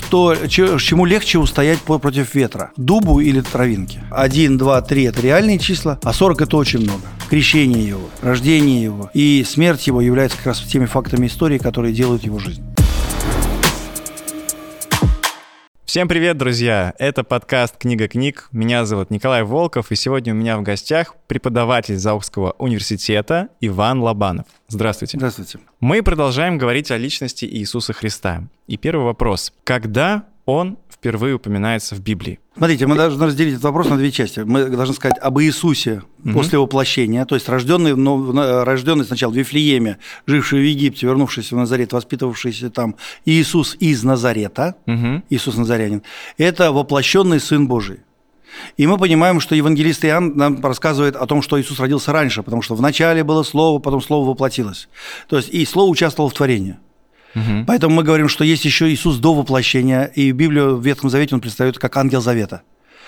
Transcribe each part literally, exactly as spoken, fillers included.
что, чему легче устоять против ветра? Дубу или травинке? Один, два, три – это реальные числа, а сорок – это очень много. Крещение его, рождение его и смерть его являются как раз теми фактами истории, которые делают его жизнь. Всем привет, друзья! Это подкаст «Книга книг». Меня зовут Николай Волков, и сегодня у меня в гостях преподаватель Заухского университета Иван Лобанов. Здравствуйте. Здравствуйте. Мы продолжаем говорить о личности Иисуса Христа. И первый вопрос. Когда он впервые упоминается в Библии? Смотрите, мы должны разделить этот вопрос на две части. Мы должны сказать об Иисусе угу. после воплощения, то есть рожденный, ну, рожденный сначала в Вифлееме, живший в Египте, вернувшийся в Назарет, воспитывавшийся там Иисус из Назарета, угу. Иисус Назарянин, это воплощенный Сын Божий. И мы понимаем, что евангелист Иоанн нам рассказывает о том, что Иисус родился раньше, потому что вначале было Слово, потом Слово воплотилось. То есть и Слово участвовало в творении. Угу. Поэтому мы говорим, что есть еще Иисус до воплощения, и Библию в Ветхом Завете он предстает как ангел завета.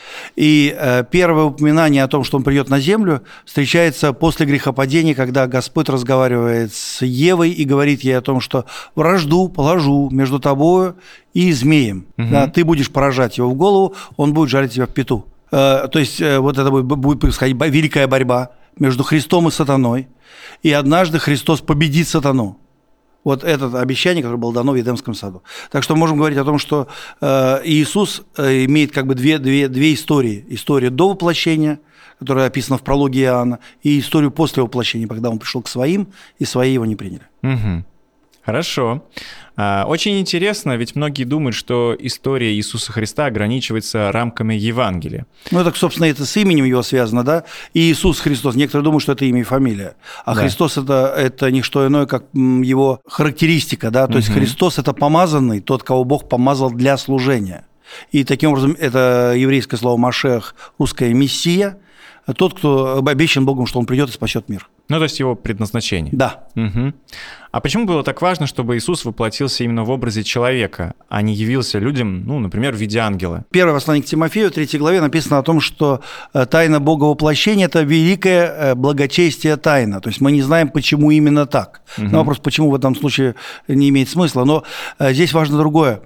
И э, первое упоминание о том, что он придет на землю, встречается после грехопадения, когда Господь разговаривает с Евой и говорит ей о том, что вражду положу между тобою и змеем. Угу. Да, ты будешь поражать его в голову, он будет жарить тебя в пяту. Э, то есть э, вот это будет, будет происходить великая борьба между Христом и сатаной, и однажды Христос победит сатану. Вот это обещание, которое было дано в Едемском саду. Так что мы можем говорить о том, что э, Иисус э, имеет как бы две, две, две истории. История до воплощения, которая описана в прологе Иоанна, и историю после воплощения, когда он пришел к своим, и свои его не приняли. Угу. Хорошо. Очень интересно, ведь многие думают, что история Иисуса Христа ограничивается рамками Евангелия. Ну, так, собственно, это с именем его связано, да? И Иисус Христос, некоторые думают, что это имя и фамилия. А да. Христос это, – это не что иное, как его характеристика, да? То угу. есть Христос – это помазанный, тот, кого Бог помазал для служения. И таким образом, это еврейское слово «машех», русское «мессия», тот, кто обещан Богом, что он придет и спасет мир. Ну, то есть его предназначение. Да. Угу. А почему было так важно, чтобы Иисус воплотился именно в образе человека, а не явился людям, ну, например, в виде ангела? Первое послание к Тимофею, в третьей главе написано о том, что тайна Бога воплощения – это великое благочестие тайна. То есть мы не знаем, почему именно так. Угу. Но вопрос, почему в этом случае не имеет смысла. Но здесь важно другое,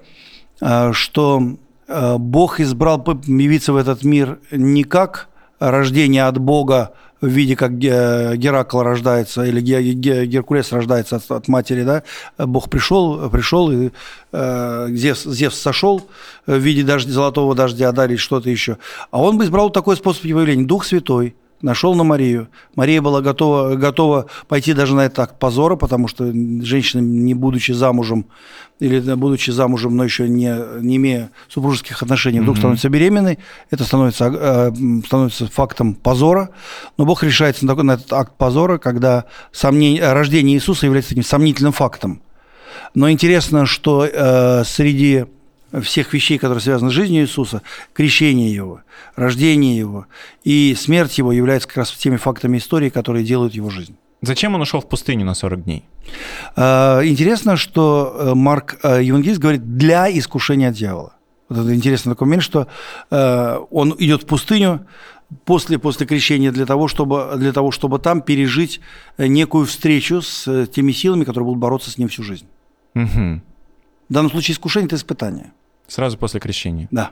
что Бог избрал явиться в этот мир не как рождение от Бога в виде, как Геракл рождается, или Геркулес рождается от, от матери, да, Бог пришел, пришел и э, Зевс, Зевс сошел в виде дождя, золотого дождя, да, или что-то еще. А он бы избрал такой способ явления. Дух Святой нашел на Марию. Мария была готова, готова пойти даже на этот акт позора, потому что женщина, не будучи замужем, или будучи замужем, но еще не, не имея супружеских отношений, вдруг mm-hmm. становится беременной, это становится, э, становится фактом позора. Но Бог решается на, такой, на этот акт позора, когда сомнение, рождение Иисуса является таким сомнительным фактом. Но интересно, что э, среди всех вещей, которые связаны с жизнью Иисуса, крещение Его, рождение Его и смерть Его являются как раз теми фактами истории, которые делают Его жизнь. Зачем он ушел в пустыню на сорок дней? Интересно, что Марк Евангелист говорит «для искушения дьявола». Вот это интересный такой момент, что он идет в пустыню после, после крещения для того, чтобы, для того, чтобы там пережить некую встречу с теми силами, которые будут бороться с ним всю жизнь. Угу. В данном случае искушение – это испытание. Сразу после крещения? Да.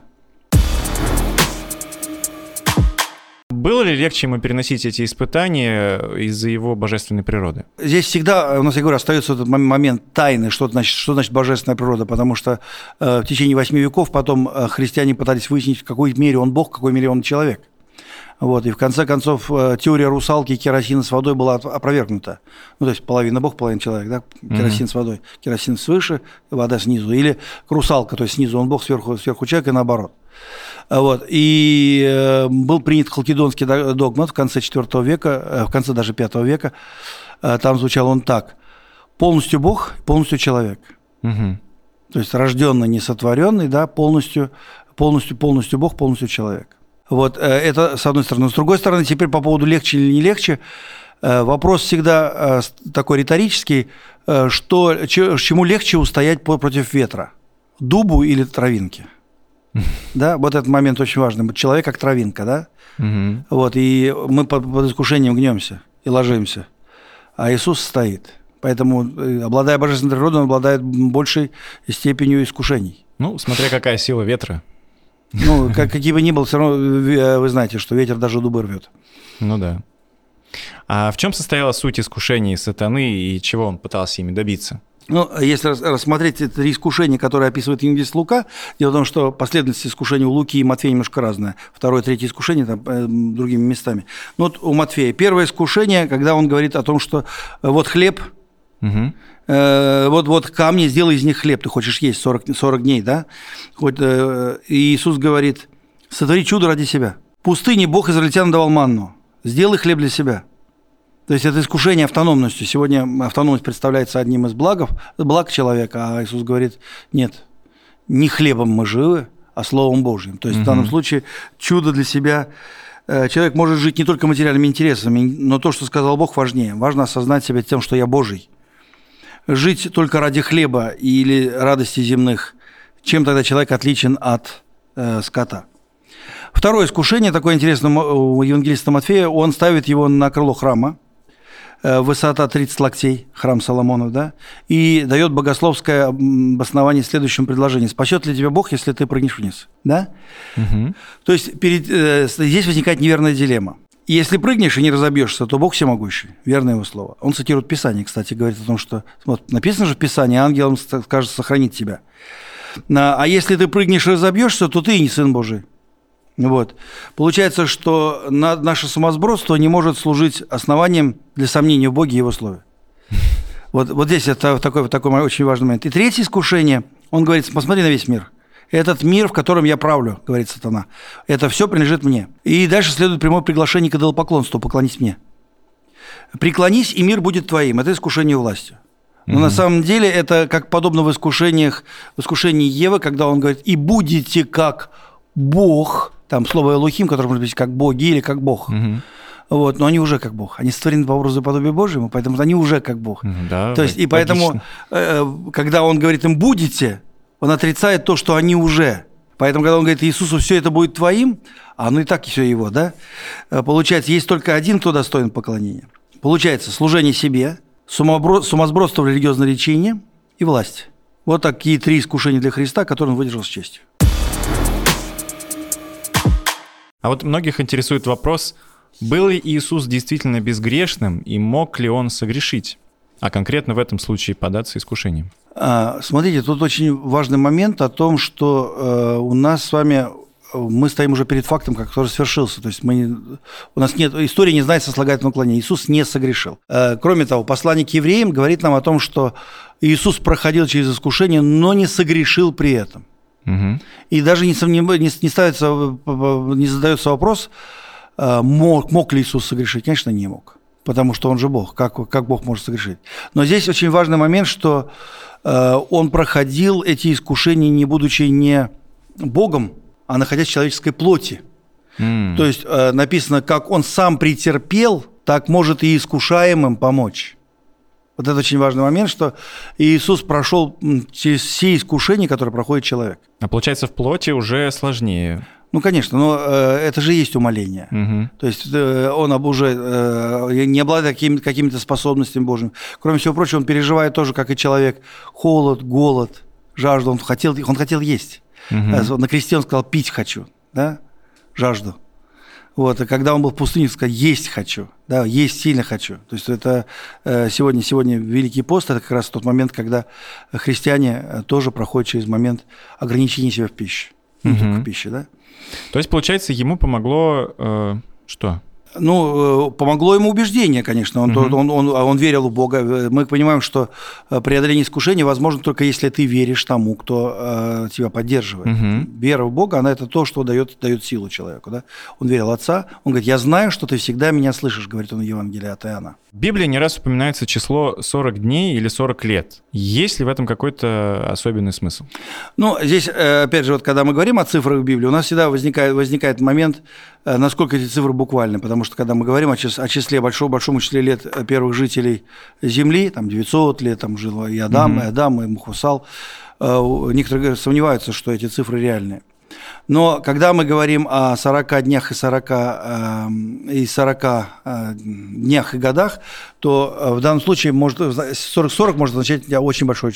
Было ли легче ему переносить эти испытания из-за его божественной природы? Здесь всегда, у нас, я говорю, остается этот момент тайны, что значит, что значит божественная природа, потому что э, в течение восьми веков потом э, христиане пытались выяснить, в какой мере он Бог, в какой мере он человек. Вот, и в конце концов теория русалки и керосина с водой была опровергнута. Ну, то есть половина Бог, половина человек, да? Керосин mm-hmm. с водой. Керосин свыше, вода снизу. Или русалка, то есть снизу он Бог, сверху, сверху человек и наоборот. Вот. И э, был принят халкидонский догмат в конце четвёртого века, э, в конце даже пятого века. Э, там звучал он так. Полностью Бог, полностью человек. Mm-hmm. То есть рожденный, несотворенный, да, полностью, полностью, полностью Бог, полностью человек. Вот это с одной стороны. С другой стороны, теперь по поводу легче или не легче, вопрос всегда такой риторический, что, чему легче устоять против ветра? Дубу или травинке? Да, вот этот момент очень важный. Человек как травинка, да? Угу. Вот, и мы под, под искушением гнемся и ложимся, а Иисус стоит. Поэтому, обладая божественной природой, он обладает большей степенью искушений. Ну, смотря какая сила ветра. Ну, как, какие бы ни было, все равно вы знаете, что ветер даже дубы рвет. Ну да. А в чем состояла суть искушений сатаны и чего он пытался ими добиться? Ну, если рассмотреть это три искушения, которые описывает евангелист Лука, дело в том, что последовательность искушений у Луки и Матфея немножко разная. Второе, третье искушение там, э, другими местами. Ну, вот у Матфея первое искушение, когда он говорит о том, что э, вот хлеб, угу. э, вот, вот камни, сделай из них хлеб, ты хочешь есть сорок, сорок дней, да? Хоть, э, и Иисус говорит, сотвори чудо ради себя. В пустыне Бог израильтянам давал манну, сделай хлеб для себя. То есть это искушение автономностью. Сегодня автономность представляется одним из благов, благ человека, а Иисус говорит, нет, не хлебом мы живы, а Словом Божьим. То есть угу. в данном случае чудо для себя. Человек может жить не только материальными интересами, но то, что сказал Бог, важнее. Важно осознать себя тем, что я Божий. Жить только ради хлеба или радости земных, чем тогда человек отличен от э, скота. Второе искушение, такое интересное у евангелиста Матфея, он ставит его на крыло храма. Высота тридцать локтей, храм Соломонов, да, и дает богословское обоснование в следующем предложении. Спасет ли тебя Бог, если ты прыгнешь вниз? Да? Угу. То есть перед, э, здесь возникает неверная дилемма. Если прыгнешь и не разобьешься, то Бог всемогущий. Верное его слово. Он цитирует Писание, кстати, говорит о том, что вот, написано же в Писании, ангелам скажет сохранить тебя. А если ты прыгнешь и разобьешься, то ты и не сын Божий. Вот. Получается, что наше сумасбродство не может служить основанием для сомнения в Боге и Его Слове. Вот, вот здесь это такой, такой очень важный момент. И третье искушение, он говорит, посмотри на весь мир. Этот мир, в котором я правлю, говорит сатана, это все принадлежит мне. И дальше следует прямое приглашение к идолопоклонству, поклонись мне. Преклонись, и мир будет твоим. Это искушение властью. Но mm-hmm. на самом деле это как подобно в искушениях, в искушении Евы, когда он говорит, и будете как Бог. Там слово «элохим», которое может быть как боги или как Бог. Угу. Вот, но они уже как Бог. Они сотворены по образу и подобию Божьему, поэтому они уже как Бог. Да, то есть, и поэтому, э, когда он говорит им «будете», он отрицает то, что они уже. Поэтому, когда он говорит Иисусу «все это будет твоим», а ну и так все его, да? Получается, есть только один, кто достоин поклонения. Получается, служение себе, сумасбродство в религиозное лечение и власть. Вот такие три искушения для Христа, которые он выдержал с честью. А вот многих интересует вопрос, был ли Иисус действительно безгрешным и мог ли он согрешить, а конкретно в этом случае поддаться искушениям? А, смотрите, тут очень важный момент о том, что э, у нас с вами, мы стоим уже перед фактом, который свершился. То есть мы, у нас нет, история не знает сослагательного наклонения. Иисус не согрешил. Э, кроме того, послание к евреям говорит нам о том, что Иисус проходил через искушение, но не согрешил при этом. Угу. И даже не, не, не, ставится, не задается вопрос, мог, мог ли Иисус согрешить. Конечно, не мог, потому что он же Бог. Как, как Бог может согрешить? Но здесь очень важный момент, что э, он проходил эти искушения, не будучи не Богом, а находясь в человеческой плоти. Mm. То есть э, написано, как он сам претерпел, так может и искушаемым помочь. Вот это очень важный момент, что Иисус прошел через все искушения, которые проходит человек. А получается, в плоти уже сложнее. Ну, конечно, но э, это же есть умоление. Угу. То есть э, он уже э, не обладает какими- какими-то способностями Божьими. Кроме всего прочего, он переживает тоже, как и человек, холод, голод, жажду. Он хотел, он хотел есть. Угу. На кресте он сказал, пить хочу, да? Жажду. Вот, и когда он был в пустыне, он сказал, есть хочу, да, есть сильно хочу. То есть это сегодня, сегодня Великий пост, это как раз тот момент, когда христиане тоже проходят через момент ограничения себя в пище, не угу. только в пище, да. То есть, получается, ему помогло э, что? Ну, помогло ему убеждение, конечно. Он, uh-huh. он, он, он верил в Бога. Мы понимаем, что преодоление искушения возможно только если ты веришь тому, кто э, тебя поддерживает. Uh-huh. Вера в Бога, она это то, что дает, дает силу человеку. Да? Он верил в Отца. Он говорит, я знаю, что ты всегда меня слышишь, говорит он в Евангелии от Иоанна. В Библии не раз упоминается число сорок дней или сорок лет. Есть ли в этом какой-то особенный смысл? Ну, здесь, опять же, вот когда мы говорим о цифрах в Библии, у нас всегда возникает, возникает момент, насколько эти цифры буквальны, потому что когда мы говорим о числе, о числе большого, большому числе лет первых жителей Земли, там девятьсот лет, там жил и Адам, mm-hmm. и Адам, и Мухусал, некоторые сомневаются, что эти цифры реальные. Но когда мы говорим о сорока днях и сорока, и сорока днях и годах, то в данном случае может, сорок сорок может означать очень большое число.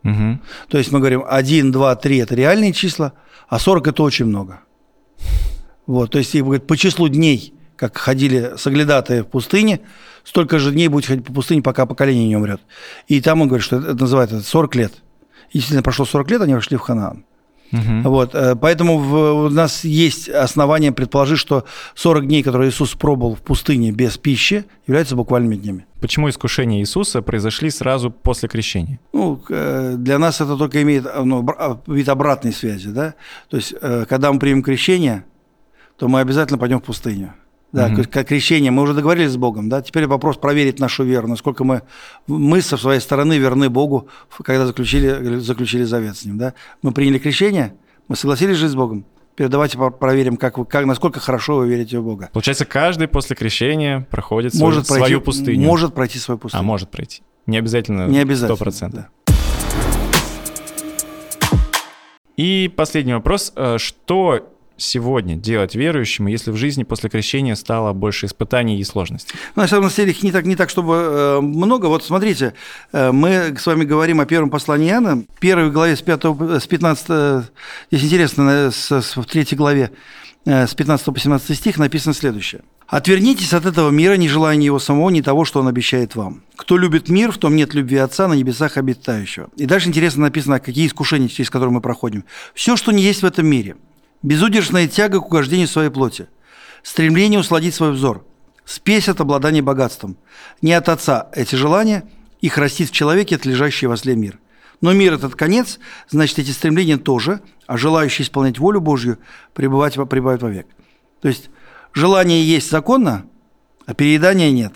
Угу. То есть мы говорим один, два, три – это реальные числа, а сорок – это очень много. Вот, то есть говорит, по числу дней, как ходили соглядатые в пустыне, столько же дней будет ходить по пустыне, пока поколение не умрет. И там он говорит, что это, это называется сорок лет. И действительно, прошло сорок лет, они вошли в Ханаан. Угу. Вот, поэтому в, у нас есть основания предположить, что сорок дней, которые Иисус пробовал в пустыне без пищи, являются буквальными днями. Почему искушения Иисуса произошли сразу после крещения? Ну, для нас это только имеет ну, вид обратной связи. Да? То есть, когда мы примем крещение, то мы обязательно пойдем в пустыню. Да, угу. Как крещение, мы уже договорились с Богом, да, теперь вопрос проверить нашу веру, насколько мы, мы со своей стороны верны Богу, когда заключили, заключили завет с Ним, да. Мы приняли крещение, мы согласились жить с Богом, теперь давайте проверим, как вы, как, насколько хорошо вы верите в Бога. Получается, каждый после крещения проходит может свою, пройти, свою пустыню. Может пройти свою пустыню. А, может пройти. Не обязательно, Не обязательно сто процентов. Да. И последний вопрос. Что сегодня делать верующему, если в жизни после крещения стало больше испытаний и сложностей? Ну, на самом деле их не так, не так, чтобы э, много. Вот смотрите, э, мы с вами говорим о первом послании Иоанна, первой главе с, пятого, с пятнадцатого, здесь интересно, с, с, в третьей главе э, с пятнадцатого по семнадцатый стих написано следующее. «Отвернитесь от этого мира, не желая ни его самого, ни того, что он обещает вам. Кто любит мир, в том нет любви Отца на небесах обитающего». И дальше интересно написано, какие искушения, через которые мы проходим. «Все, что не есть в этом мире». Безудержная тяга к угождению своей плоти, стремление усладить свой взор, спесь от обладания богатством. Не от Отца эти желания, их растит в человеке отлежащий возле мир. Но мир этот конец, значит, эти стремления тоже, а желающие исполнять волю Божью пребывать, пребывают вовек. То есть желание есть законно, а переедания нет.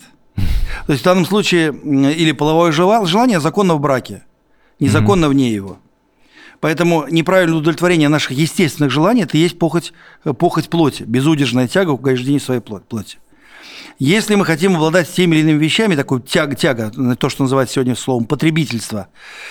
То есть в данном случае или половое желание законно в браке, незаконно mm-hmm. вне его. Поэтому неправильное удовлетворение наших естественных желаний – это и есть похоть, похоть плоти, безудержная тяга к угождению своей плоти. Если мы хотим обладать теми или иными вещами, такой тяга, тяга, то, что называется сегодня словом потребительство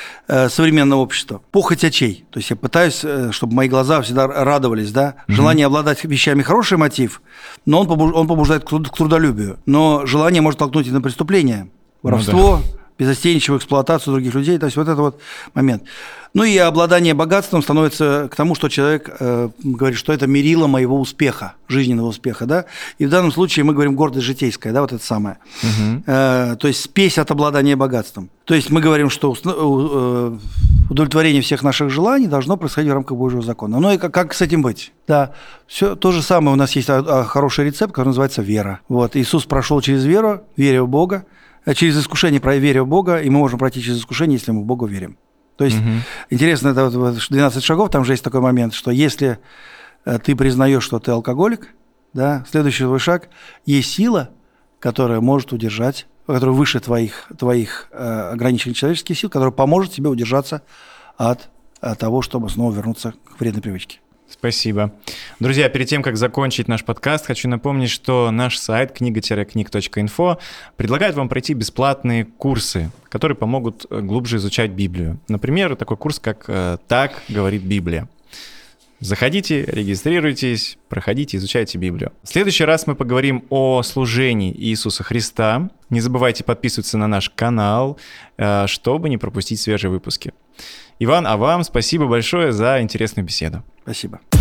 э, современного общества, похоть очей. То есть я пытаюсь, э, чтобы мои глаза всегда радовались, да? Mm-hmm. Желание обладать вещами – хороший мотив, но он, побуж, он побуждает к трудолюбию. Но желание может толкнуть и на преступление, воровство, ну, да. безостенчивую эксплуатацию других людей. То есть вот это вот момент. Ну и обладание богатством становится к тому, что человек э, говорит, что это мерило моего успеха, жизненного успеха, да. И в данном случае мы говорим гордость житейская, да, вот это самое. Угу. Э, то есть спесь от обладания богатством. То есть мы говорим, что э, удовлетворение всех наших желаний должно происходить в рамках Божьего закона. Ну и как, как с этим быть? Да, все то же самое. У нас есть хороший рецепт, который называется вера. Вот. Иисус прошел через веру, веря в Бога, через искушение, веря в Бога, и мы можем пройти через искушение, если мы в Бога верим. То есть, угу. интересно, это вот двенадцать шагов, там же есть такой момент, что если ты признаешь, что ты алкоголик, да, следующий твой шаг, есть сила, которая может удержать, которая выше твоих, твоих э, ограниченных человеческих сил, которая поможет тебе удержаться от, от того, чтобы снова вернуться к вредной привычке. Спасибо. Друзья, перед тем, как закончить наш подкаст, хочу напомнить, что наш сайт книга книг точка инфо предлагает вам пройти бесплатные курсы, которые помогут глубже изучать Библию. Например, такой курс, как «Так говорит Библия». Заходите, регистрируйтесь, проходите, изучайте Библию. В следующий раз мы поговорим о служении Иисуса Христа. Не забывайте подписываться на наш канал, чтобы не пропустить свежие выпуски. Иван, а вам спасибо большое за интересную беседу. Спасибо.